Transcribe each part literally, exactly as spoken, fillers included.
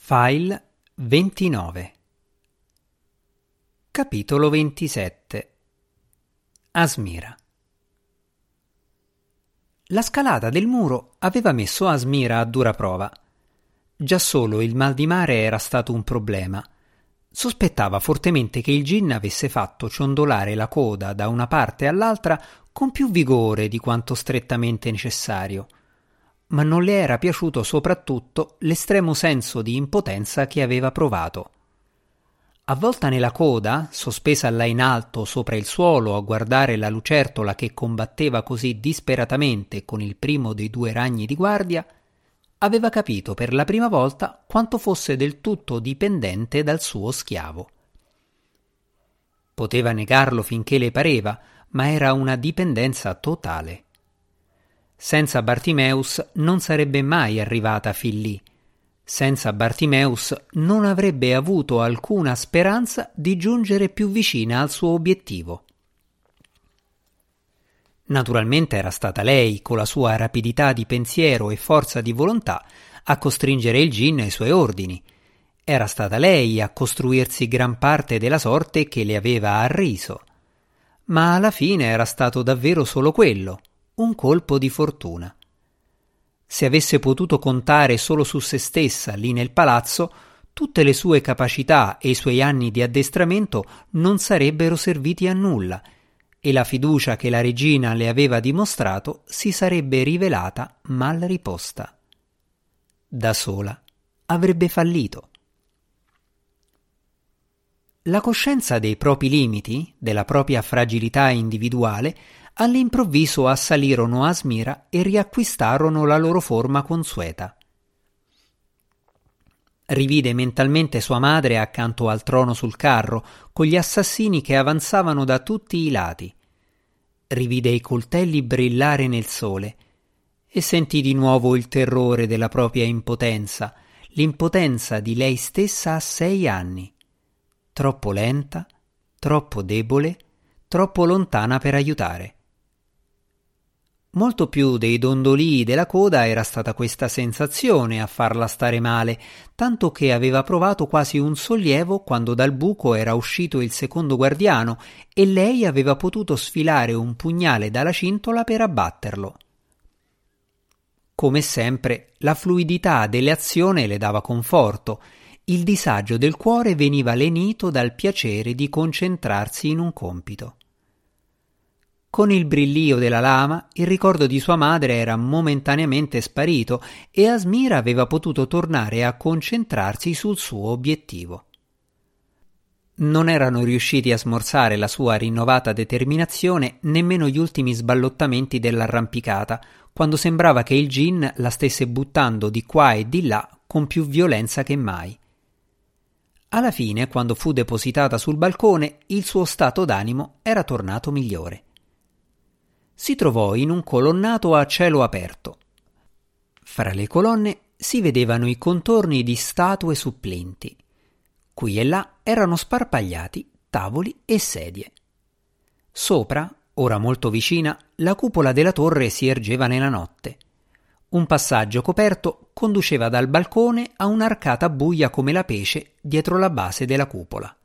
File ventinove. Capitolo ventisette. Asmira. La scalata del muro aveva messo Asmira a dura prova. Già solo il mal di mare era stato un problema. Sospettava fortemente che il gin avesse fatto ciondolare la coda da una parte all'altra con più vigore di quanto strettamente necessario. Ma non le era piaciuto soprattutto l'estremo senso di impotenza che aveva provato. Avvolta nella coda, sospesa là in alto sopra il suolo a guardare la lucertola che combatteva così disperatamente con il primo dei due ragni di guardia, aveva capito per la prima volta quanto fosse del tutto dipendente dal suo schiavo. Poteva negarlo finché le pareva, ma era una dipendenza totale. Senza Bartimeus non sarebbe mai arrivata fin lì. Senza Bartimeus non avrebbe avuto alcuna speranza di giungere più vicina al suo obiettivo. Naturalmente era stata lei, con la sua rapidità di pensiero e forza di volontà, a costringere il gin ai suoi ordini. Era stata lei a costruirsi gran parte della sorte che le aveva arriso. Ma alla fine era stato davvero solo quello, un colpo di fortuna. Se avesse potuto contare solo su se stessa lì nel palazzo, tutte le sue capacità e i suoi anni di addestramento non sarebbero serviti a nulla e la fiducia che la regina le aveva dimostrato si sarebbe rivelata mal riposta. Da sola avrebbe fallito. La coscienza dei propri limiti, della propria fragilità individuale, all'improvviso assalirono Asmira e riacquistarono la loro forma consueta. Rivide mentalmente sua madre accanto al trono sul carro, con gli assassini che avanzavano da tutti i lati. Rivide i coltelli brillare nel sole e sentì di nuovo il terrore della propria impotenza, l'impotenza di lei stessa a sei anni. Troppo lenta, troppo debole, troppo lontana per aiutare. Molto più dei dondolii della coda era stata questa sensazione a farla stare male, tanto che aveva provato quasi un sollievo quando dal buco era uscito il secondo guardiano e lei aveva potuto sfilare un pugnale dalla cintola per abbatterlo. Come sempre, la fluidità delle azioni le dava conforto. Il disagio del cuore veniva lenito dal piacere di concentrarsi in un compito. Con il brillio della lama, il ricordo di sua madre era momentaneamente sparito e Asmira aveva potuto tornare a concentrarsi sul suo obiettivo. Non erano riusciti a smorzare la sua rinnovata determinazione nemmeno gli ultimi sballottamenti dell'arrampicata, quando sembrava che il gin la stesse buttando di qua e di là con più violenza che mai. Alla fine, quando fu depositata sul balcone, il suo stato d'animo era tornato migliore. Si trovò in un colonnato a cielo aperto. Fra le colonne si vedevano i contorni di statue supplenti. Qui e là erano sparpagliati tavoli e sedie. Sopra, ora molto vicina, la cupola della torre si ergeva nella notte. Un passaggio coperto conduceva dal balcone a un'arcata buia come la pece dietro la base della cupola.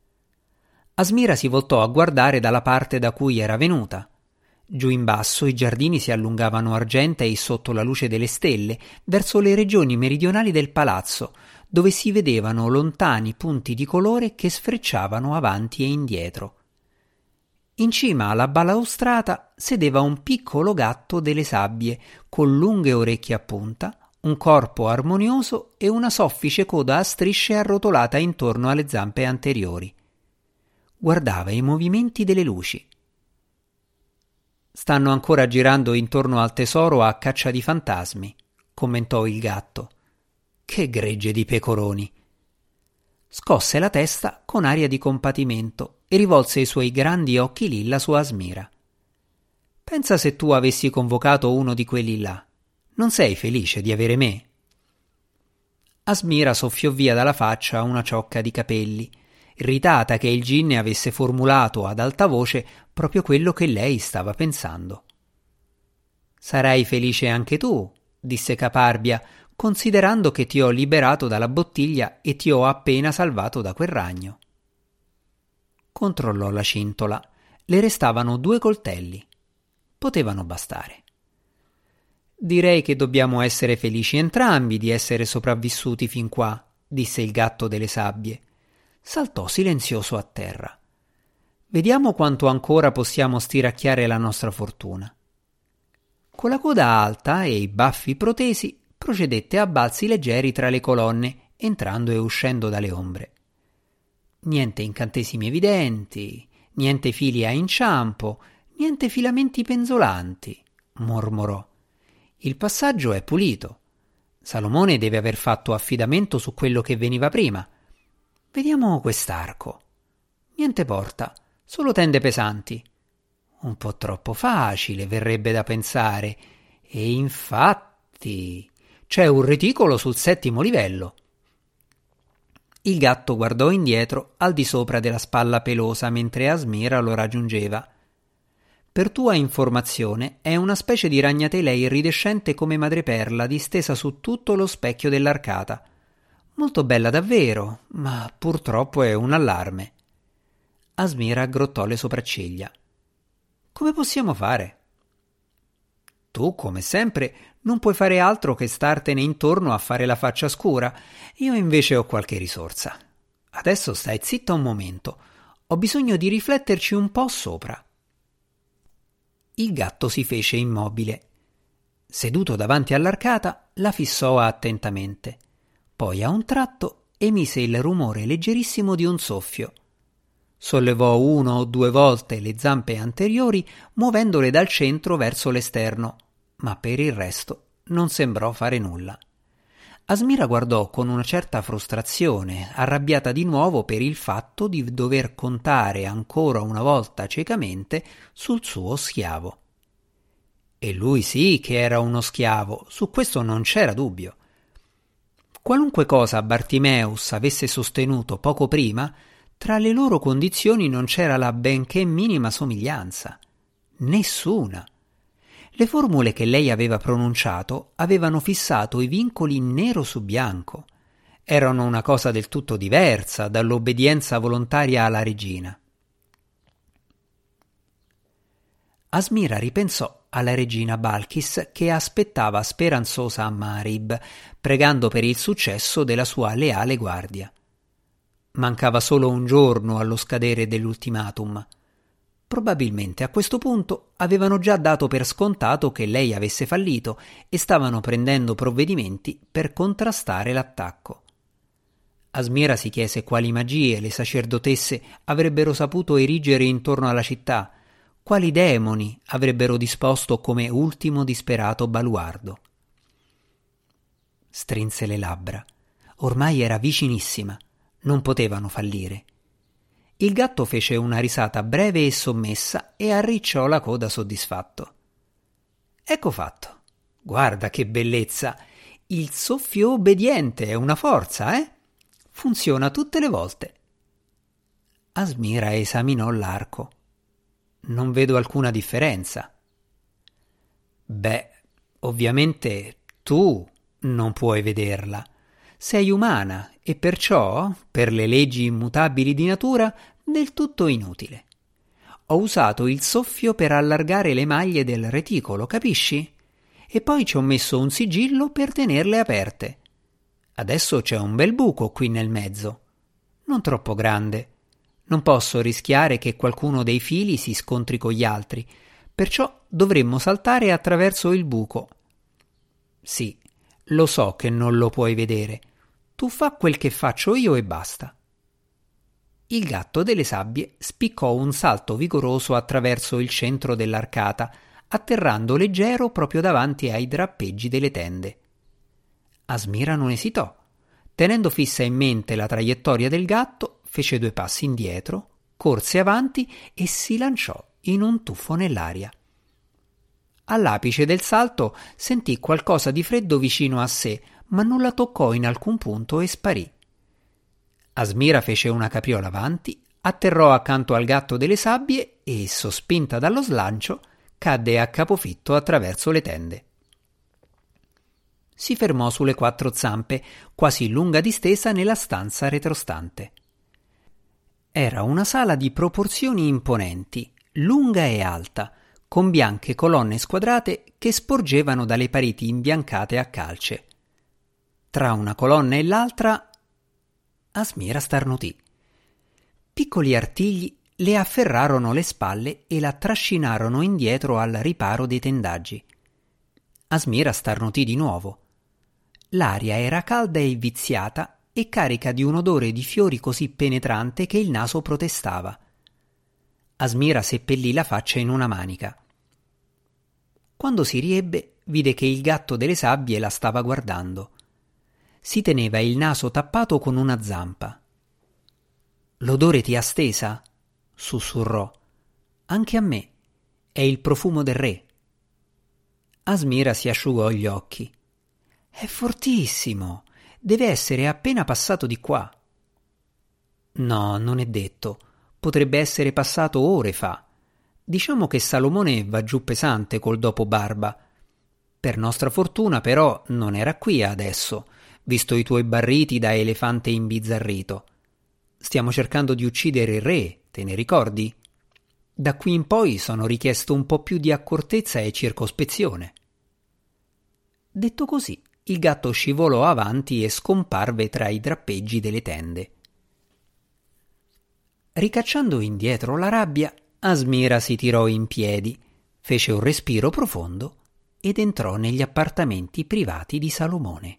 Asmira si voltò a guardare dalla parte da cui era venuta. Giù in basso i giardini si allungavano argentei sotto la luce delle stelle, verso le regioni meridionali del palazzo, dove si vedevano lontani punti di colore che sfrecciavano avanti e indietro. In cima alla balaustrata sedeva un piccolo gatto delle sabbie, con lunghe orecchie a punta, un corpo armonioso e una soffice coda a strisce arrotolata intorno alle zampe anteriori. Guardava i movimenti delle luci. «Stanno ancora girando intorno al tesoro a caccia di fantasmi», commentò il gatto. «Che gregge di pecoroni!» Scosse la testa con aria di compatimento e rivolse i suoi grandi occhi lilla su Asmira. «Pensa se tu avessi convocato uno di quelli là. Non sei felice di avere me?» Asmira soffiò via dalla faccia una ciocca di capelli, irritata che il gin avesse formulato ad alta voce proprio quello che lei stava pensando. «Sarai felice anche tu», disse Caparbia, considerando che ti ho liberato dalla bottiglia e ti ho appena salvato da quel ragno. Controllò la cintola. Le restavano due coltelli. Potevano bastare. Direi che dobbiamo essere felici entrambi di essere sopravvissuti fin qua, disse il gatto delle sabbie. Saltò silenzioso a terra. Vediamo quanto ancora possiamo stiracchiare la nostra fortuna. Con la coda alta e i baffi protesi, procedette a balzi leggeri tra le colonne, entrando e uscendo dalle ombre. Niente incantesimi evidenti, niente fili a inciampo, niente filamenti penzolanti, mormorò. Il passaggio è pulito. Salomone deve aver fatto affidamento su quello che veniva prima. Vediamo quest'arco. Niente porta, solo tende pesanti. Un po' troppo facile, verrebbe da pensare. E infatti c'è un reticolo sul settimo livello. Il gatto guardò indietro al di sopra della spalla pelosa mentre Asmira lo raggiungeva. Per tua informazione, è una specie di ragnatela iridescente come madreperla distesa su tutto lo specchio dell'arcata. Molto bella davvero, ma purtroppo è un allarme. Asmira aggrottò le sopracciglia. Come possiamo fare? Tu, come sempre, non puoi fare altro che startene intorno a fare la faccia scura. Io invece ho qualche risorsa. Adesso stai zitta un momento. Ho bisogno di rifletterci un po' sopra. Il gatto si fece immobile. Seduto davanti all'arcata, la fissò attentamente. Poi a un tratto emise il rumore leggerissimo di un soffio. Sollevò uno o due volte le zampe anteriori, muovendole dal centro verso l'esterno, ma per il resto non sembrò fare nulla. Asmira guardò con una certa frustrazione, arrabbiata di nuovo per il fatto di dover contare ancora una volta ciecamente sul suo schiavo. E lui sì che era uno schiavo, su questo non c'era dubbio. Qualunque cosa Bartimeus avesse sostenuto poco prima, tra le loro condizioni non c'era la benché minima somiglianza. Nessuna. Le formule che lei aveva pronunciato avevano fissato i vincoli nero su bianco. Erano una cosa del tutto diversa dall'obbedienza volontaria alla regina. Asmira ripensò alla regina Balkis che aspettava speranzosa a Marib, pregando per il successo della sua leale guardia. Mancava solo un giorno allo scadere dell'ultimatum. Probabilmente a questo punto avevano già dato per scontato che lei avesse fallito e stavano prendendo provvedimenti per contrastare l'attacco. Asmira si chiese quali magie le sacerdotesse avrebbero saputo erigere intorno alla città, quali demoni avrebbero disposto come ultimo disperato baluardo. Strinse le labbra. Ormai era vicinissima. Non potevano fallire. Il gatto fece una risata breve e sommessa e arricciò la coda soddisfatto. Ecco fatto. Guarda che bellezza. Il soffio obbediente è una forza, eh? Funziona tutte le volte. Asmira esaminò l'arco. Non vedo alcuna differenza. Beh, ovviamente tu non puoi vederla. Sei umana e perciò, per le leggi immutabili di natura, del tutto inutile. Ho usato il soffio per allargare le maglie del reticolo, capisci? E poi ci ho messo un sigillo per tenerle aperte. Adesso c'è un bel buco qui nel mezzo. Non troppo grande. Non posso rischiare che qualcuno dei fili si scontri con gli altri, perciò dovremmo saltare attraverso il buco. Sì, lo so che non lo puoi vedere. Tu fa quel che faccio io e basta. Il gatto delle sabbie spiccò un salto vigoroso attraverso il centro dell'arcata, atterrando leggero proprio davanti ai drappeggi delle tende. Asmira non esitò. Tenendo fissa in mente la traiettoria del gatto, fece due passi indietro, corse avanti e si lanciò in un tuffo nell'aria. All'apice del salto sentì qualcosa di freddo vicino a sé, ma non la toccò in alcun punto e sparì. Asmira fece una capriola avanti, atterrò accanto al gatto delle sabbie e, sospinta dallo slancio, cadde a capofitto attraverso le tende. Si fermò sulle quattro zampe, quasi lunga distesa nella stanza retrostante. Era una sala di proporzioni imponenti, lunga e alta, con bianche colonne squadrate che sporgevano dalle pareti imbiancate a calce. Tra una colonna e l'altra Asmira starnutì. Piccoli artigli le afferrarono le spalle e la trascinarono indietro al riparo dei tendaggi. Asmira starnutì di nuovo. L'aria era calda e viziata e carica di un odore di fiori così penetrante che il naso protestava. Asmira seppellì la faccia in una manica. Quando si riebbe, vide che il gatto delle sabbie la stava guardando. Si teneva il naso tappato con una zampa. «L'odore ti ha stesa?» sussurrò. «Anche a me. È il profumo del re». Asmira si asciugò gli occhi. «È fortissimo. Deve essere appena passato di qua». «No, non è detto. Potrebbe essere passato ore fa. Diciamo che Salomone va giù pesante col dopo barba. Per nostra fortuna, però, non era qui adesso, visto i tuoi barriti da elefante imbizzarrito. Stiamo cercando di uccidere il re, te ne ricordi? Da qui in poi sono richiesto un po' più di accortezza e circospezione». Detto così, il gatto scivolò avanti e scomparve tra i drappeggi delle tende. Ricacciando indietro la rabbia, Asmira si tirò in piedi, fece un respiro profondo ed entrò negli appartamenti privati di Salomone.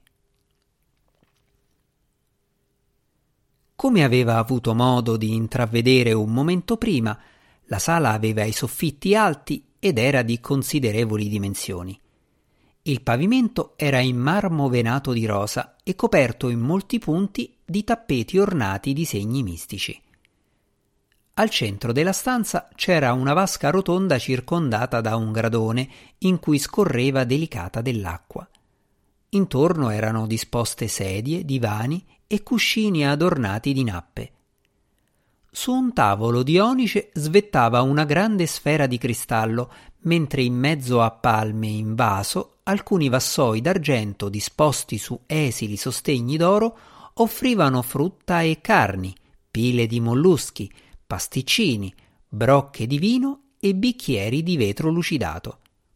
Come aveva avuto modo di intravedere un momento prima, la sala aveva i soffitti alti ed era di considerevoli dimensioni. Il pavimento era in marmo venato di rosa e coperto in molti punti di tappeti ornati di segni mistici. Al centro della stanza c'era una vasca rotonda circondata da un gradone in cui scorreva delicata dell'acqua. Intorno erano disposte sedie, divani e cuscini adornati di nappe. Su un tavolo di onice svettava una grande sfera di cristallo, mentre in mezzo a palme in vaso alcuni vassoi d'argento disposti su esili sostegni d'oro offrivano frutta e carni, pile di molluschi, pasticcini, brocche di vino e bicchieri di vetro lucidato.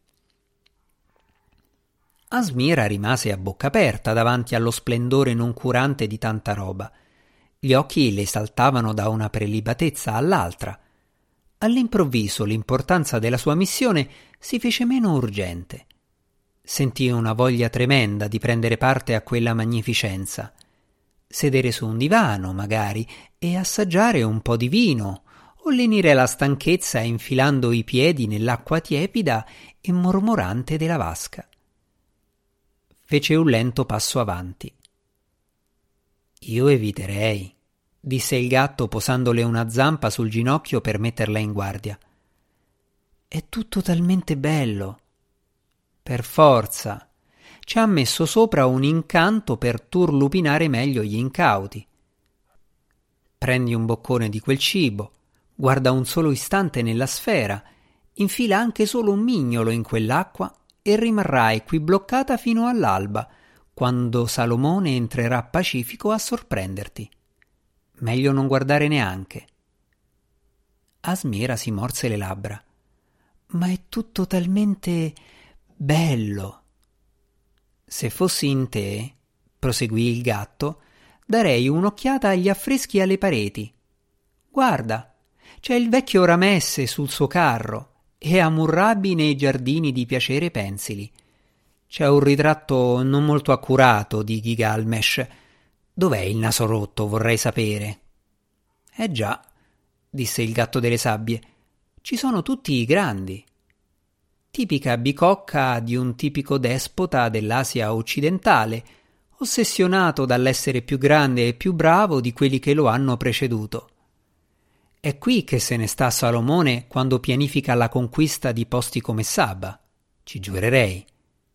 Asmira rimase a bocca aperta davanti allo splendore noncurante di tanta roba. Gli occhi le saltavano da una prelibatezza all'altra. All'improvviso l'importanza della sua missione si fece meno urgente. Sentì una voglia tremenda di prendere parte a quella magnificenza. Sedere su un divano, magari, e assaggiare un po' di vino, o lenire la stanchezza infilando i piedi nell'acqua tiepida e mormorante della vasca. Fece un lento passo avanti. «Io eviterei», disse il gatto posandole una zampa sul ginocchio per metterla in guardia. «È tutto talmente bello». «Per forza. Ci ha messo sopra un incanto per turlupinare meglio gli incauti. Prendi un boccone di quel cibo, guarda un solo istante nella sfera, infila anche solo un mignolo in quell'acqua e rimarrai qui bloccata fino all'alba, quando Salomone entrerà pacifico a sorprenderti. Meglio non guardare neanche». Asmira si morse le labbra. «Ma è tutto talmente bello». «Se fossi in te», proseguì il gatto, «darei un'occhiata agli affreschi alle pareti. Guarda, c'è il vecchio Ramesse sul suo carro e Hammurabi nei giardini di Piacere Pensili. C'è un ritratto non molto accurato di Gilgamesh. Dov'è il naso rotto, vorrei sapere?» «Eh già», disse il gatto delle sabbie, «ci sono tutti i grandi». Tipica bicocca di un tipico despota dell'Asia occidentale, ossessionato dall'essere più grande e più bravo di quelli che lo hanno preceduto. È qui che se ne sta Salomone quando pianifica la conquista di posti come Saba, ci giurerei.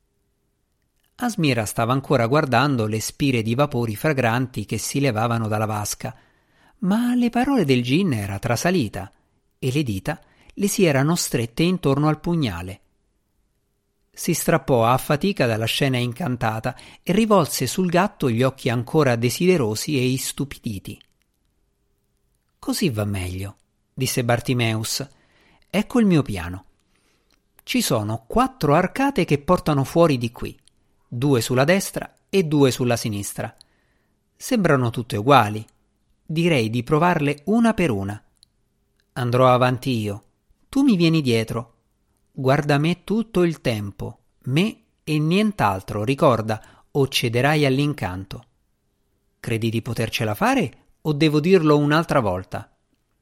Asmira stava ancora guardando le spire di vapori fragranti che si levavano dalla vasca, ma alle parole del gin era trasalita e le dita le si erano strette intorno al pugnale. Si strappò a fatica dalla scena incantata e rivolse sul gatto gli occhi ancora desiderosi e istupiditi. «Così va meglio», disse Bartimeus. «Ecco il mio piano. Ci sono quattro arcate che portano fuori di qui, due sulla destra e due sulla sinistra. Sembrano tutte uguali. Direi di provarle una per una. Andrò avanti io. Tu mi vieni dietro. Guarda me tutto il tempo, me e nient'altro, ricorda, o cederai all'incanto. Credi di potercela fare o devo dirlo un'altra volta?»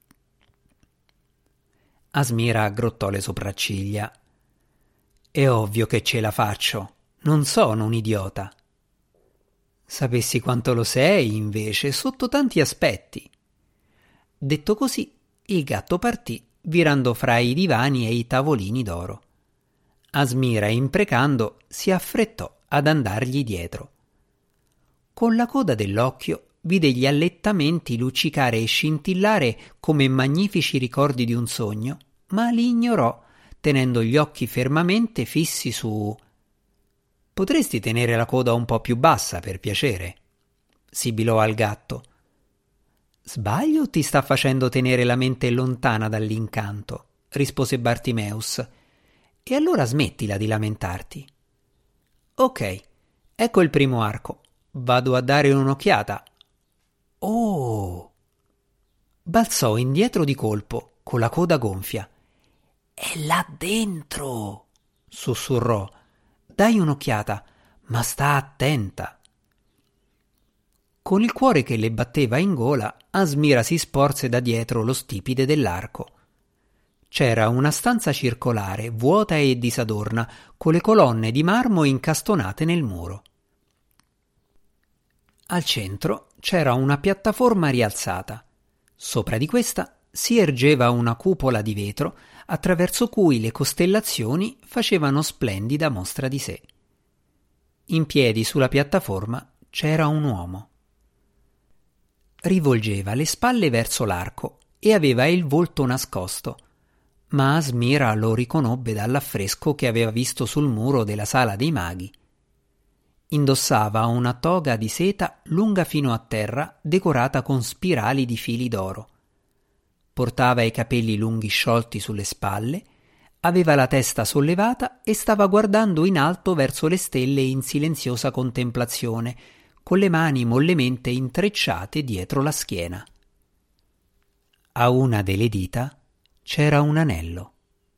Asmira aggrottò le sopracciglia. «È ovvio che ce la faccio, non sono un idiota». «Sapessi quanto lo sei, invece, sotto tanti aspetti». Detto così, il gatto partì, virando fra i divani e i tavolini d'oro. Asmira, imprecando, si affrettò ad andargli dietro. Con la coda dell'occhio vide gli allettamenti luccicare e scintillare come magnifici ricordi di un sogno, ma li ignorò, tenendo gli occhi fermamente fissi su... «Potresti tenere la coda un po' più bassa, per piacere?» sibilò al gatto. «Sbaglio o ti sta facendo tenere la mente lontana dall'incanto?» rispose Bartimeus. «E allora smettila di lamentarti». «Ok, ecco il primo arco. Vado a dare un'occhiata». «Oh!» balzò indietro di colpo, con la coda gonfia. «È là dentro!» sussurrò. «Dai un'occhiata, ma sta attenta». Con il cuore che le batteva in gola, Asmira si sporse da dietro lo stipite dell'arco. C'era una stanza circolare, vuota e disadorna, con le colonne di marmo incastonate nel muro. Al centro c'era una piattaforma rialzata. Sopra di questa si ergeva una cupola di vetro attraverso cui le costellazioni facevano splendida mostra di sé. In piedi sulla piattaforma c'era un uomo. Rivolgeva le spalle verso l'arco e aveva il volto nascosto, ma Asmira lo riconobbe dall'affresco che aveva visto sul muro della sala dei maghi. Indossava una toga di seta lunga fino a terra, decorata con spirali di fili d'oro. Portava i capelli lunghi sciolti sulle spalle, aveva la testa sollevata e stava guardando in alto verso le stelle in silenziosa contemplazione, con le mani mollemente intrecciate dietro la schiena. A una delle dita c'era un anello.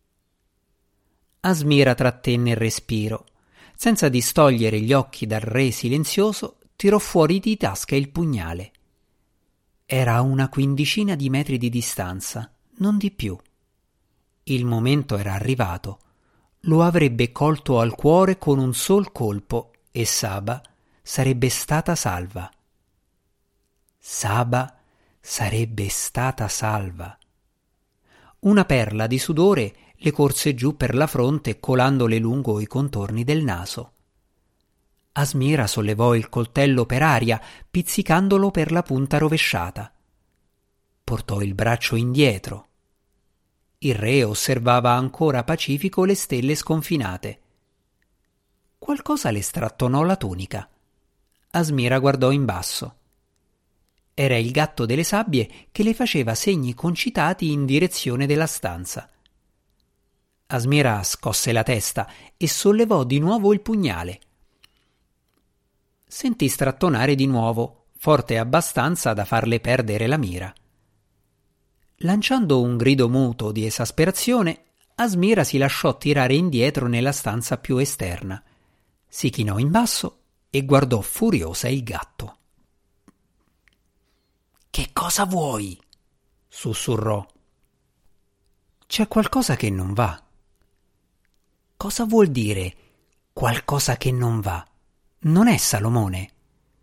Asmira trattenne il respiro. Senza distogliere gli occhi dal re silenzioso, tirò fuori di tasca il pugnale. Era a una quindicina di metri di distanza, non di più. Il momento era arrivato. Lo avrebbe colto al cuore con un sol colpo e Saba sarebbe stata salva. Saba sarebbe stata salva. Una perla di sudore le corse giù per la fronte colandole lungo i contorni del naso. Asmira sollevò il coltello per aria, pizzicandolo per la punta rovesciata. Portò il braccio indietro. Il re osservava ancora pacifico le stelle sconfinate. Qualcosa le strattonò la tunica. Asmira guardò in basso. Era il gatto delle sabbie che le faceva segni concitati in direzione della stanza. Asmira scosse la testa e sollevò di nuovo il pugnale. Sentì strattonare di nuovo, forte abbastanza da farle perdere la mira. Lanciando un grido muto di esasperazione, Asmira si lasciò tirare indietro nella stanza più esterna. Si chinò in basso e guardò furiosa il gatto. «Che cosa vuoi?» sussurrò. «C'è qualcosa che non va». «Cosa vuol dire qualcosa che non va? Non è Salomone?»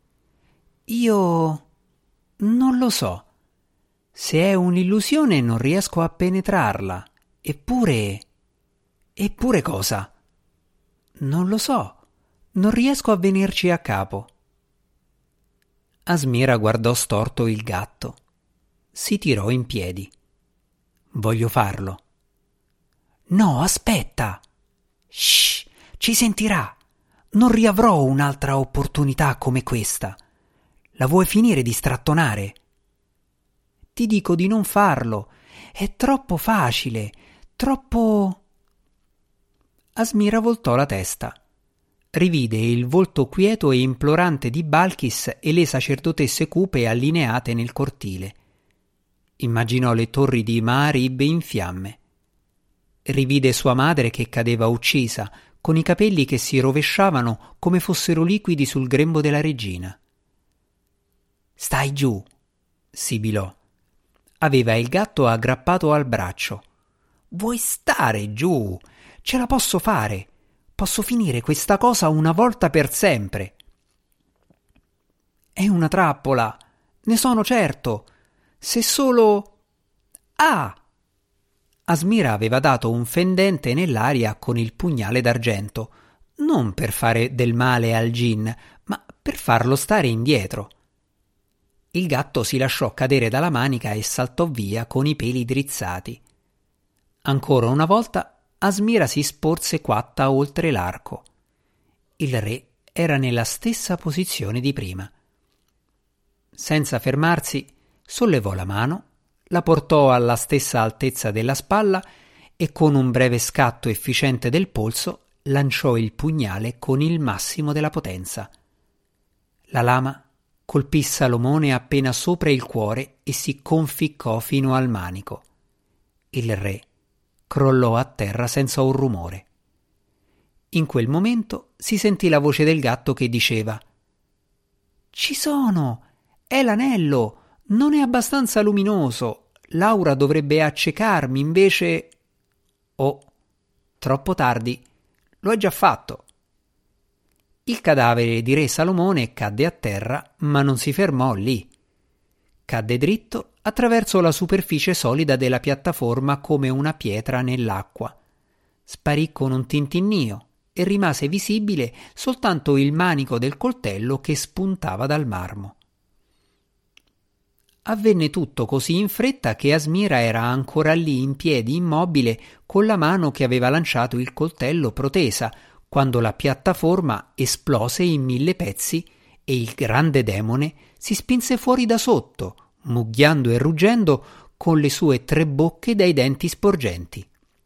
«Io non lo so. Se è un'illusione non riesco a penetrarla. Eppure... Eppure cosa?» «Non lo so. Non riesco a venirci a capo». Asmira guardò storto il gatto. Si tirò in piedi. «Voglio farlo». «No, aspetta!» «Shh! Ci sentirà. Non riavrò un'altra opportunità come questa. La vuoi finire di strattonare? Ti dico di non farlo. È troppo facile, troppo... Asmira voltò la testa. Rivide il volto quieto e implorante di Balkis e le sacerdotesse cupe allineate nel cortile. Immaginò le torri di Ma'arib in fiamme. Rivide sua madre che cadeva uccisa, con i capelli che si rovesciavano come fossero liquidi sul grembo della regina. «Stai giù», sibilò. Aveva il gatto aggrappato al braccio. «Vuoi stare giù? Ce la posso fare. Posso finire questa cosa una volta per sempre». «È una trappola, ne sono certo. Se solo...» «Ah!» Asmira aveva dato un fendente nell'aria con il pugnale d'argento, non per fare del male al gin, ma per farlo stare indietro. Il gatto si lasciò cadere dalla manica e saltò via con i peli drizzati. Ancora una volta Asmira si sporse quatta oltre l'arco. Il re era nella stessa posizione di prima. Senza fermarsi, sollevò la mano, la portò alla stessa altezza della spalla e con un breve scatto efficiente del polso lanciò il pugnale con il massimo della potenza. La lama colpì Salomone appena sopra il cuore e si conficcò fino al manico. Il re crollò a terra senza un rumore. In quel momento si sentì la voce del gatto che diceva: «Ci sono! È l'anello! Non è abbastanza luminoso! L'aura dovrebbe accecarmi, invece...» «Oh, troppo tardi! Lo hai già fatto!» Il cadavere di re Salomone cadde a terra, ma non si fermò lì. Cadde dritto attraverso la superficie solida della piattaforma come una pietra nell'acqua. Sparì con un tintinnio e rimase visibile soltanto il manico del coltello che spuntava dal marmo. Avvenne tutto così in fretta che Asmira era ancora lì in piedi immobile con la mano che aveva lanciato il coltello protesa, quando la piattaforma esplose in mille pezzi e il grande demone si spinse fuori da sotto, mugghiando e ruggendo con le sue tre bocche dai denti sporgenti.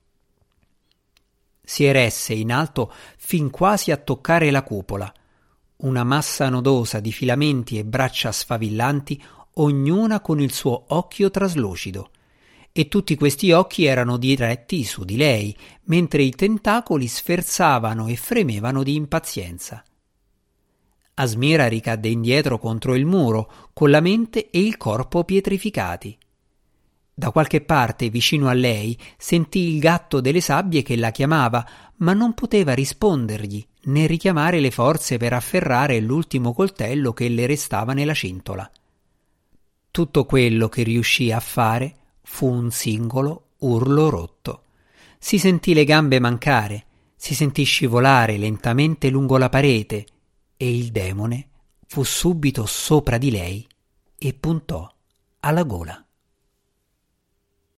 Si eresse in alto fin quasi a toccare la cupola, una massa nodosa di filamenti e braccia sfavillanti, ognuna con il suo occhio traslucido, e tutti questi occhi erano diretti su di lei, mentre i tentacoli sferzavano e fremevano di impazienza. Asmira ricadde indietro contro il muro, con la mente e il corpo pietrificati. Da qualche parte vicino a lei sentì il gatto delle sabbie che la chiamava, ma non poteva rispondergli né richiamare le forze per afferrare l'ultimo coltello che le restava nella cintola. Tutto quello che riuscì a fare fu un singolo urlo rotto. Si sentì le gambe mancare, si sentì scivolare lentamente lungo la parete e il demone fu subito sopra di lei e puntò alla gola.